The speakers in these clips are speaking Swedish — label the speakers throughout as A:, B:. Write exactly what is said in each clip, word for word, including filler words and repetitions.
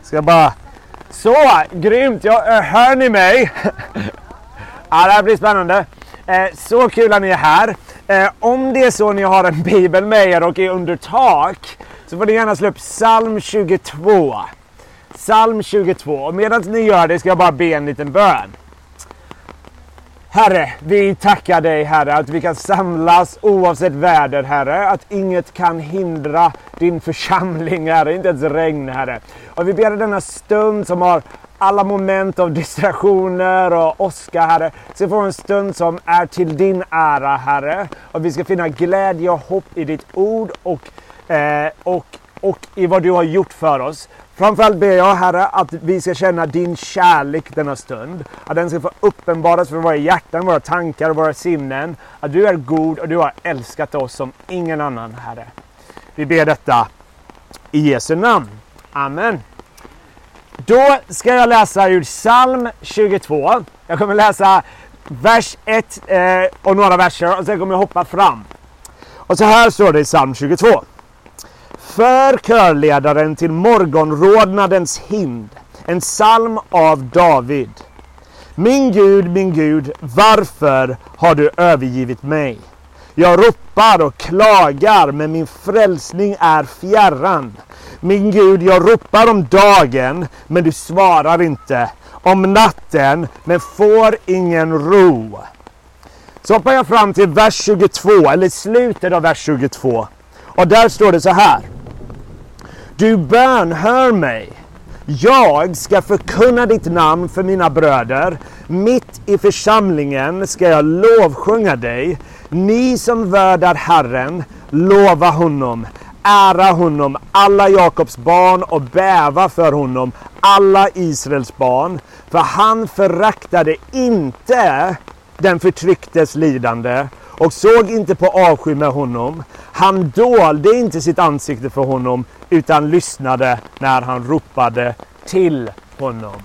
A: Ska jag bara... Så, grymt. Ja, hör ni mig? Ja, det här blir spännande. Eh, så kul att ni är här. Eh, om det är så ni har en bibel med er och är under tak, så får ni gärna slå upp psalm tjugotvå. Psalm tjugotvå. Och medan ni gör det ska jag bara be en liten bön. Herre, vi tackar dig, Herre, att vi kan samlas oavsett väder, Herre. Att inget kan hindra din församling, Herre. Inte ens regn, Herre. Och vi ber denna stund som har alla moment av distraktioner och åska, Herre. Så vi får en stund som är till din ära, Herre. Och vi ska finna glädje och hopp i ditt ord och, eh, och, och i vad du har gjort för oss. Framförallt ber jag, Herre, att vi ska känna din kärlek denna stund. Att den ska få uppenbaras för våra hjärtan, våra tankar och våra sinnen. Att du är god och du har älskat oss som ingen annan, Herre. Vi ber detta i Jesu namn. Amen. Då ska jag läsa ur psalm tjugotvå. Jag kommer läsa vers ett eh, och några verser och sen kommer jag hoppa fram. Och så här står det i psalm tjugotvå. För körledaren till morgonrodnadens hind, en psalm av David. Min Gud, min Gud, varför har du övergivit mig? Jag ropar och klagar, men min frälsning är fjärran. Min Gud, jag ropar om dagen, men du svarar inte. Om natten, men får ingen ro. Så hoppar jag fram till vers tjugotvå, eller slutet av vers tjugotvå. Och där står det så här. Du bönhör mig. Jag ska förkunna ditt namn för mina bröder. Mitt i församlingen ska jag lovsjunga dig. Ni som värdar Herren, lova honom. Ära honom, alla Jakobs barn, och bäva för honom, alla Israels barn. För han föraktade inte den förtrycktes lidande och såg inte på avsky med honom. Han dolde inte sitt ansikte för honom, utan lyssnade när han ropade till honom.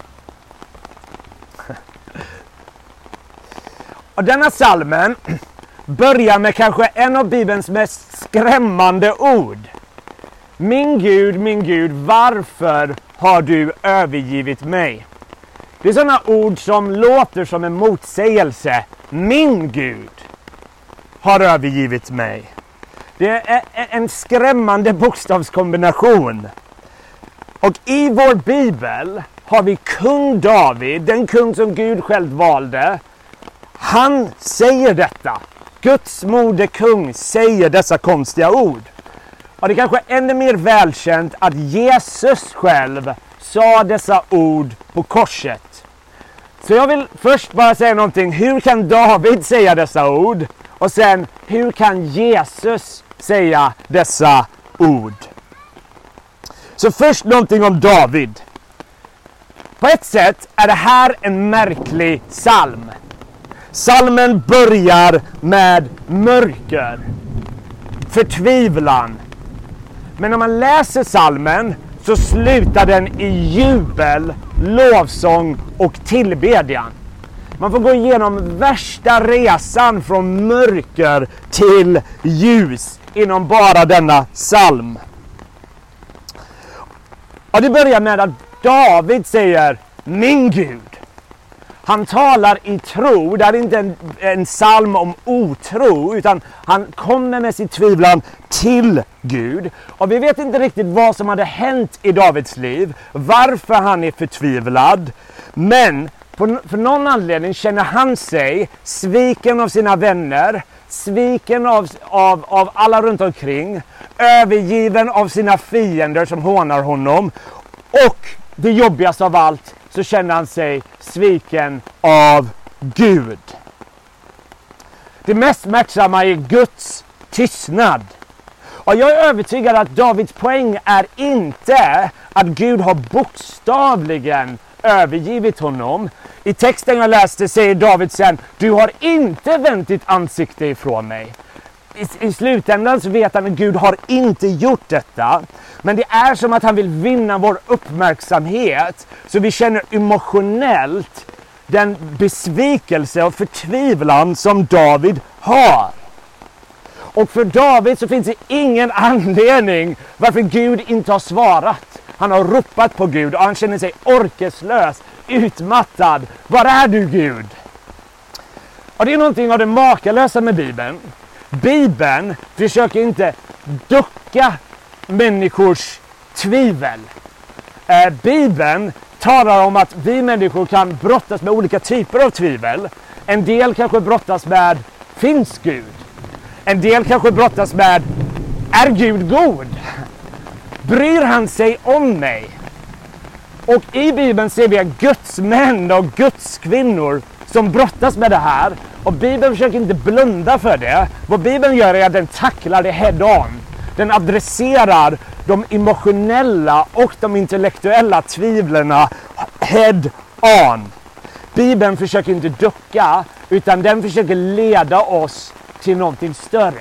A: Och denna psalmen börjar med kanske en av Bibelns mest skrämmande ord. Min Gud, min Gud, varför har du övergivit mig? Det är sådana ord som låter som en motsägelse. Min Gud har övergivit mig. Det är en skrämmande bokstavskombination. Och i vår bibel har vi kung David, den kung som Gud själv valde. Han säger detta. Guds moderkung säger dessa konstiga ord. Och det kanske är ännu mer välkänt att Jesus själv sa dessa ord på korset. Så jag vill först bara säga någonting. Hur kan David säga dessa ord? Och sen, hur kan Jesus säga dessa ord? Så först någonting om David. På ett sätt är det här en märklig psalm. Psalmen börjar med mörker, förtvivlan. Men när man läser psalmen så slutar den i jubel, lovsång och tillbedjan. Man får gå igenom värsta resan från mörker till ljus inom bara denna psalm. Och det börjar med att David säger min Gud. Han talar i tro. Det är inte en, en psalm om otro, utan han kommer med sitt tvivlan till Gud. Och vi vet inte riktigt vad som hade hänt i Davids liv, varför han är förtvivlad. Men på, för någon anledning känner han sig sviken av sina vänner, sviken av, av, av alla runt omkring, övergiven av sina fiender som hånar honom. Och det jobbigaste av allt, så känner han sig sviken av Gud. Det mest smärtsamma är Guds tystnad. Och jag är övertygad att Davids poäng är inte att Gud har bokstavligen övergivit honom. I texten jag läste säger David sen, du har inte vänt ditt ansikte ifrån mig. I, I slutändan så vet han att Gud har inte gjort detta. Men det är som att han vill vinna vår uppmärksamhet. Så vi känner emotionellt den besvikelse och förtvivlan som David har. Och för David så finns det ingen anledning varför Gud inte har svarat. Han har ropat på Gud och han känner sig orkeslös, utmattad. Var är du, Gud? Och det är någonting av det makalösa med Bibeln. Bibeln försöker inte ducka människors tvivel. Eh, Bibeln talar om att vi människor kan brottas med olika typer av tvivel. En del kanske brottas med, finns Gud? En del kanske brottas med, är Gud god? Bryr han sig om mig? Och i Bibeln ser vi Guds män och Guds kvinnor som brottas med det här. Och Bibeln försöker inte blunda för det. Vad Bibeln gör är att den tacklar det head on. Den adresserar de emotionella och de intellektuella tvivlarna head on. Bibeln försöker inte ducka, utan den försöker leda oss till någonting större.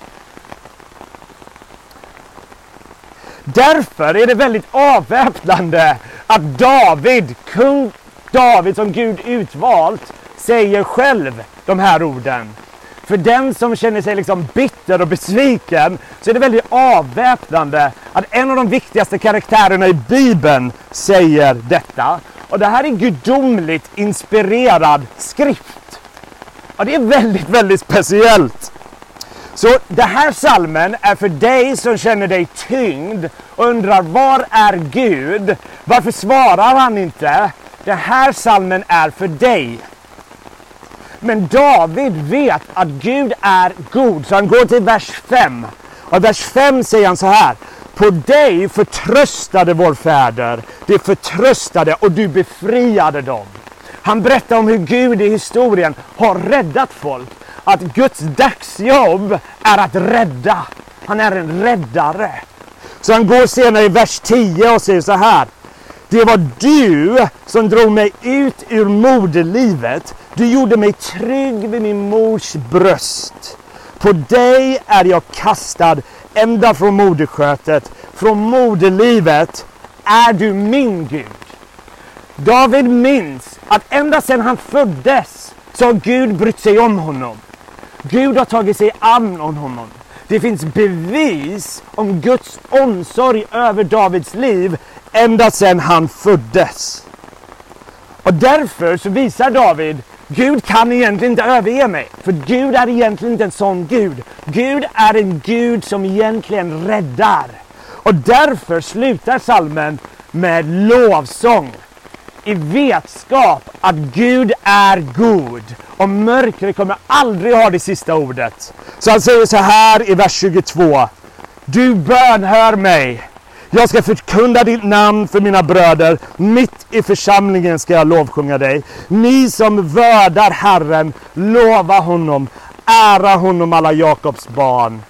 A: Därför är det väldigt avväpnande att David, kung David som Gud utvalt, säger själv de här orden. För den som känner sig liksom bitter och besviken så är det väldigt avväpnande att en av de viktigaste karaktärerna i Bibeln säger detta. Och det här är gudomligt inspirerad skrift. Och det är väldigt, väldigt speciellt. Så det här salmen är för dig som känner dig tyngd och undrar, var är Gud? Varför svarar han inte? Den här salmen är för dig. Men David vet att Gud är god, så han går till vers fem. Och vers fem säger han så här: på dig förtröstade vår fäder, de förtröstade och du befriade dem. Han berättar om hur Gud i historien har räddat folk. Att Guds dagsjobb är att rädda. Han är en räddare. Så han går senare i vers tio och säger så här: det var du som drog mig ut ur moderlivet. Du gjorde mig trygg vid min mors bröst. På dig är jag kastad ända från moderskötet. Från moderlivet är du min Gud. David minns att ända sedan han föddes så har Gud brytt sig om honom. Gud har tagit sig an om honom. Det finns bevis om Guds omsorg över Davids liv ända sedan han föddes. Och därför så visar David, Gud kan egentligen inte överge mig. För Gud är egentligen inte en sån Gud. Gud är en Gud som egentligen räddar. Och därför slutar salmen med lovsång. I vetskap att Gud är god. Och mörkret kommer aldrig ha det sista ordet. Så han säger så här i vers tjugotvå. Du bönhör mig. Jag ska förkunna ditt namn för mina bröder. Mitt i församlingen ska jag lovsjunga dig. Ni som värdar Herren, lova honom. Ära honom alla Jakobs barn.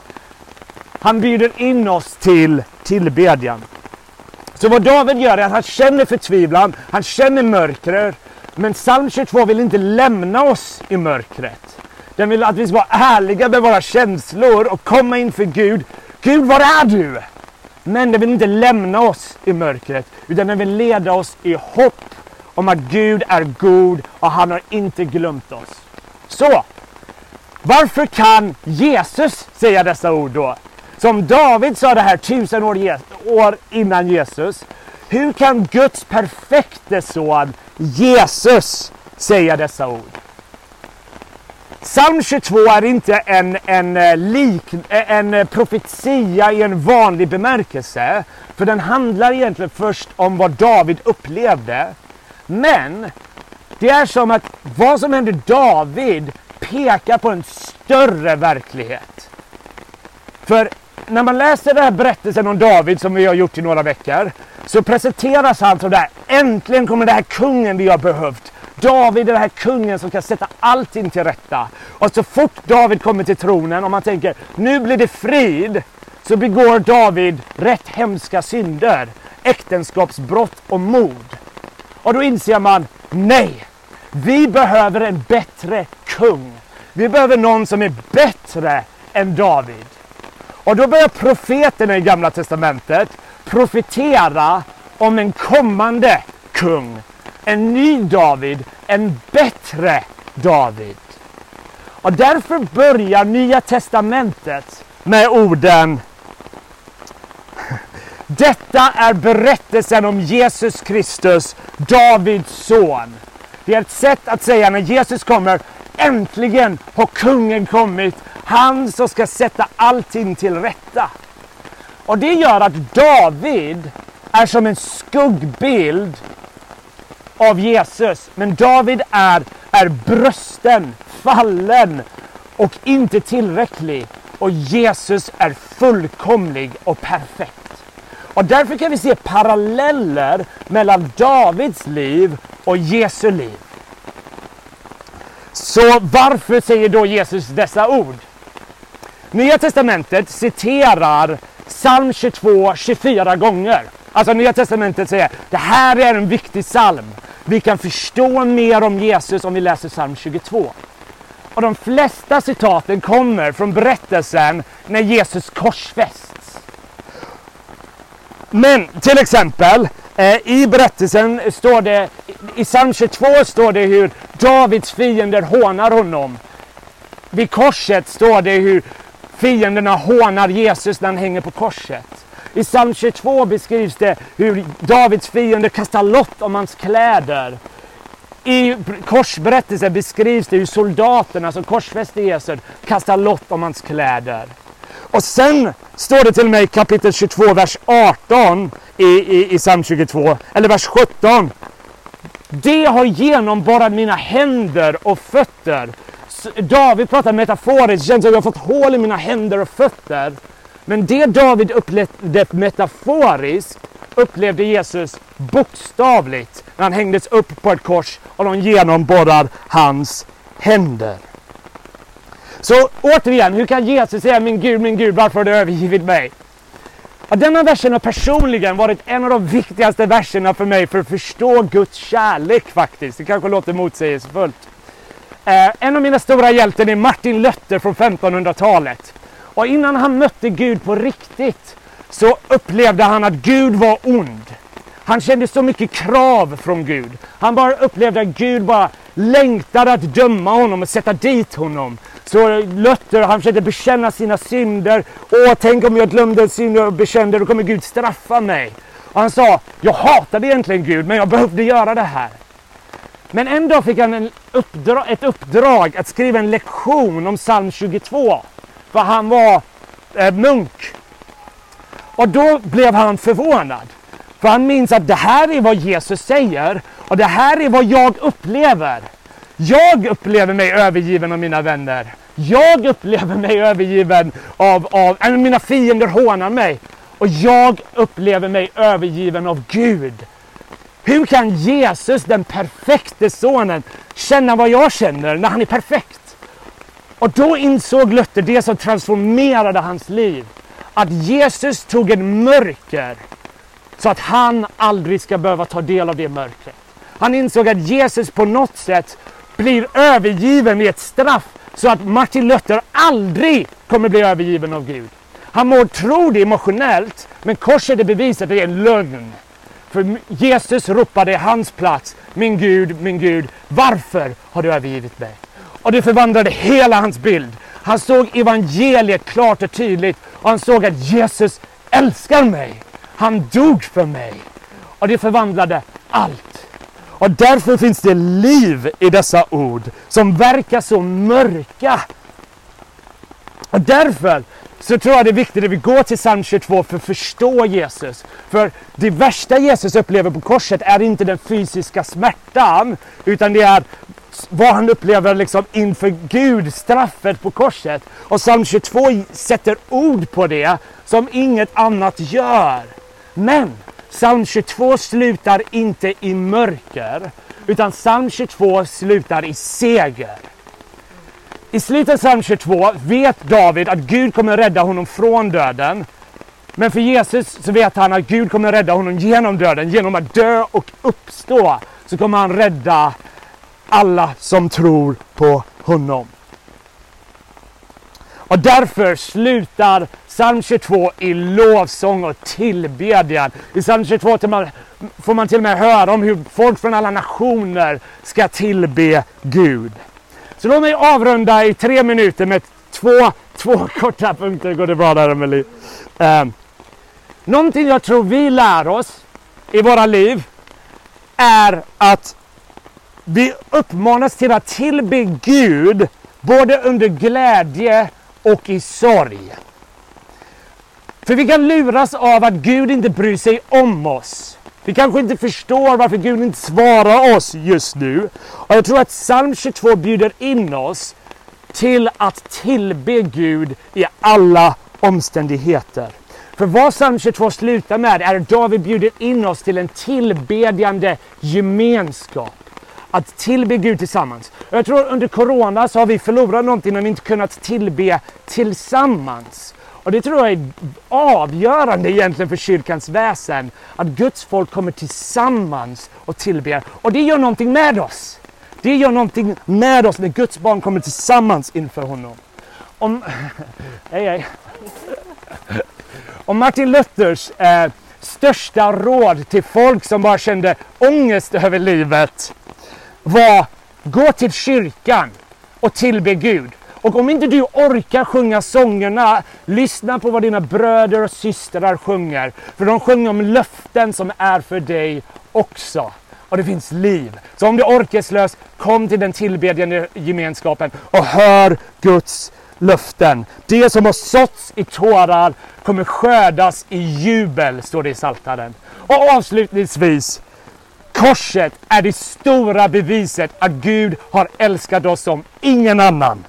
A: Han bjuder in oss till tillbedjan. Så vad David gör är att han känner förtvivlan. Han känner mörkret. Men psalm tjugotvå vill inte lämna oss i mörkret. Den vill att vi ska vara ärliga med våra känslor och komma inför Gud. Gud, var är du? Men den vill inte lämna oss i mörkret, utan den vill leda oss i hopp om att Gud är god och han har inte glömt oss. Så, varför kan Jesus säga dessa ord då? Som David sa det här tusen år, år innan Jesus. Hur kan Guds perfekte son Jesus säga dessa ord? Psalm tjugotvå är inte en, en, lik, en profetia i en vanlig bemärkelse. För den handlar egentligen först om vad David upplevde. Men det är som att vad som hände David pekar på en större verklighet. För när man läser den här berättelsen om David som vi har gjort i några veckor, så presenteras han som där. Äntligen kommer det här kungen vi har behövt. David är den här kungen som kan sätta allting till rätta. Och så fort David kommer till tronen och man tänker, nu blir det frid, så begår David rätt hemska synder. Äktenskapsbrott och mord. Och då inser man, nej, vi behöver en bättre kung. Vi behöver någon som är bättre än David. Och då börjar profeterna i Gamla testamentet profetera om en kommande kung. En ny David, en bättre David. Och därför börjar Nya testamentet med orden Detta är berättelsen om Jesus Kristus, Davids son. Det är ett sätt att säga när Jesus kommer, äntligen har kungen kommit. Han som ska sätta allting till rätta. Och det gör att David är som en skuggbild av Jesus. Men David är, är brösten, fallen och inte tillräcklig. Och Jesus är fullkomlig och perfekt. Och därför kan vi se paralleller mellan Davids liv och Jesu liv. Så varför säger då Jesus dessa ord? Nya testamentet citerar psalm tjugotvå tjugofyra gånger. Alltså Nya testamentet säger, det här är en viktig psalm. Vi kan förstå mer om Jesus om vi läser psalm tjugotvå. Och de flesta citaten kommer från berättelsen när Jesus korsfästs. Men till exempel eh, i berättelsen står det, i psalm tjugotvå står det hur Davids fiender hånar honom. Vid korset står det hur fienderna hånar Jesus när han hänger på korset. I psalm tjugotvå beskrivs det hur Davids fiender kastar lott om hans kläder. I korsberättelsen beskrivs det hur soldaterna som korsfäste Jesus kastar lott om hans kläder. Och sen står det till mig i kapitel tjugotvå, vers arton i, i, i psalm tjugotvå, eller vers sjutton. Det har genomborrat mina händer och fötter. David pratar metaforiskt, känns som jag har fått hål i mina händer och fötter. Men det David upplevde metaforiskt upplevde Jesus bokstavligt när han hängdes upp på ett kors och de genomborrar hans händer. Så återigen, hur kan Jesus säga min Gud, min Gud, varför har du övergivit mig? Och denna versen har personligen varit en av de viktigaste verserna för mig för att förstå Guds kärlek faktiskt. Det kanske låter motsägelsefullt. Eh, en av mina stora hjältar är Martin Luther från femtonhundratalet. Och innan han mötte Gud på riktigt så upplevde han att Gud var ond. Han kände så mycket krav från Gud. Han bara upplevde att Gud bara längtade att döma honom och sätta dit honom. Så Luther, han försökte bekänna sina synder. Åh, tänk om jag glömde en synd och bekände, då kommer Gud straffa mig. Och han sa, jag hatade egentligen Gud, men jag behövde göra det här. Men en dag fick han en uppdra- ett uppdrag att skriva en lektion om psalm tjugotvå. För han var eh, munk. Och då blev han förvånad. För han minns att det här är vad Jesus säger. Och det här är vad jag upplever. Jag upplever mig övergiven av mina vänner. Jag upplever mig övergiven av, av äh, mina fiender hånar mig. Och jag upplever mig övergiven av Gud. Hur kan Jesus, den perfekte sonen, känna vad jag känner när han är perfekt? Och då insåg Luther det som transformerade hans liv. Att Jesus tog en mörker så att han aldrig ska behöva ta del av det mörkret. Han insåg att Jesus på något sätt blir övergiven i ett straff så att Martin Luther aldrig kommer bli övergiven av Gud. Han må tro det emotionellt, men korset är bevisat att det är en lögn. För Jesus ropade i hans plats, min Gud, min Gud, varför har du övergivit mig? Och det förvandlade hela hans bild. Han såg evangeliet klart och tydligt och han såg att Jesus älskar mig. Han dog för mig. Och det förvandlade allt. Och därför finns det liv i dessa ord som verkar så mörka. Och därför så tror jag det är viktigt att vi går till psalm tjugotvå för att förstå Jesus. För det värsta Jesus upplever på korset är inte den fysiska smärtan, utan det är vad han upplever liksom inför Gud, straffet på korset. Och psalm tjugotvå sätter ord på det som inget annat gör. Men psalm tjugotvå slutar inte i mörker, utan psalm tjugotvå slutar i seger. I slutet av psalm tjugotvå vet David att Gud kommer rädda honom från döden. Men för Jesus så vet han att Gud kommer rädda honom genom döden. Genom att dö och uppstå så kommer han rädda alla som tror på honom. Och därför slutar psalm tjugotvå i lovsång och tillbedjan. I psalm tjugotvå får man till och med höra om hur folk från alla nationer ska tillbe Gud. Så låt mig avrunda i tre minuter med två, två korta punkter. Går det bra där, Emily? Um, Någonting jag tror vi lär oss i våra liv är att vi uppmanas till att tillbe Gud både under glädje och i sorg. För vi kan luras av att Gud inte bryr sig om oss. Vi kanske inte förstår varför Gud inte svarar oss just nu. Och jag tror att psalm tjugotvå bjuder in oss till att tillbe Gud i alla omständigheter. För vad psalm tjugotvå slutar med är att David bjuder in oss till en tillbedjande gemenskap. Att tillbe Gud tillsammans. Jag tror under corona så har vi förlorat någonting när vi inte kunnat tillbe tillsammans. Och det tror jag är avgörande egentligen för kyrkans väsen. Att Guds folk kommer tillsammans och tillber. Och det gör någonting med oss. Det gör någonting med oss när Guds barn kommer tillsammans inför honom. Om, hej, hej. Om Martin Luthers eh, största råd till folk som bara kände ångest över livet var: gå till kyrkan och tillbe Gud. Och om inte du orkar sjunga sångerna, lyssna på vad dina bröder och systrar sjunger. För de sjunger om löften som är för dig också. Och det finns liv. Så om du är orkeslös, kom till den tillbedjande gemenskapen och hör Guds löften. Det som har såtts i tårar kommer skördas i jubel, står det i Psaltaren. Och avslutningsvis, korset är det stora beviset att Gud har älskat oss som ingen annan.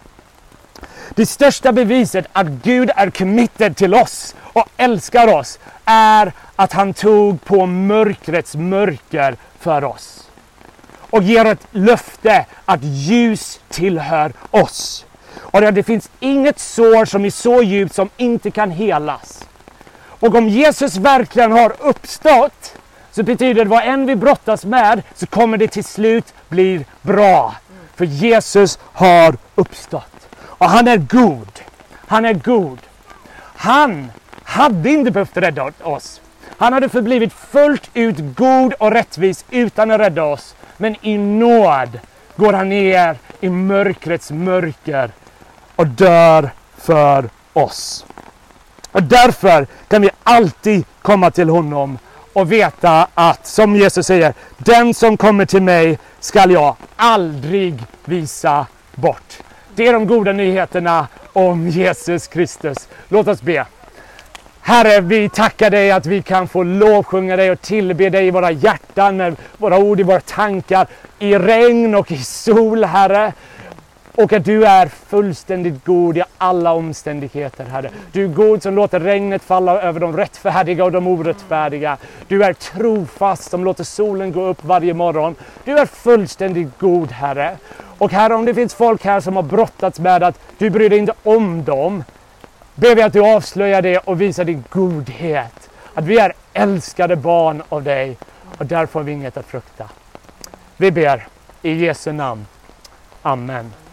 A: Det största beviset att Gud är committed till oss och älskar oss är att han tog på mörkrets mörker för oss. Och ger ett löfte att ljus tillhör oss. Och det finns inget sår som är så djupt som inte kan helas. Och om Jesus verkligen har uppstått, så betyder det vad än vi brottas med så kommer det till slut bli bra. För Jesus har uppstått. Och han är god. Han är god. Han hade inte behövt rädda oss. Han hade förblivit fullt ut god och rättvis utan att rädda oss. Men i nåd går han ner i mörkrets mörker och dör för oss. Och därför kan vi alltid komma till honom och veta att, som Jesus säger, den som kommer till mig skall jag aldrig visa bort. Det är de goda nyheterna om Jesus Kristus. Låt oss be. Herre, vi tackar dig att vi kan få lovsjunga dig och tillbe dig i våra hjärtan, med våra ord, i våra tankar, i regn och i sol, Herre. Och att du är fullständigt god i alla omständigheter, Herre. Du är god som låter regnet falla över de rättfärdiga och de orättfärdiga. Du är trofast som låter solen gå upp varje morgon. Du är fullständigt god, Herre. Och Herre, om det finns folk här som har brottats med att du bryr dig inte om dem, ber vi att du avslöjar det och visar din godhet. Att vi är älskade barn av dig och därför har vi inget att frukta. Vi ber i Jesu namn. Amen.